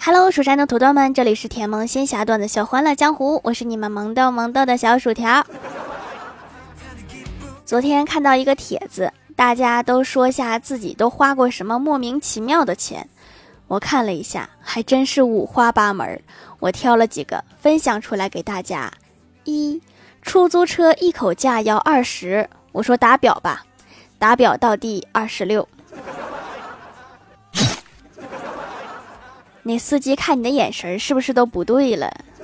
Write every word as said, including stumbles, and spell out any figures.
Hello，蜀山的土豆们，这里是甜萌仙侠段的小欢乐江湖，我是你们萌豆萌豆的小薯条。昨天看到一个帖子，大家都说下自己都花过什么莫名其妙的钱。我看了一下，还真是五花八门，我挑了几个分享出来给大家。一，出租车一口价要二十，我说打表吧，打表到第二十六。那司机看你的眼神是不是都不对了？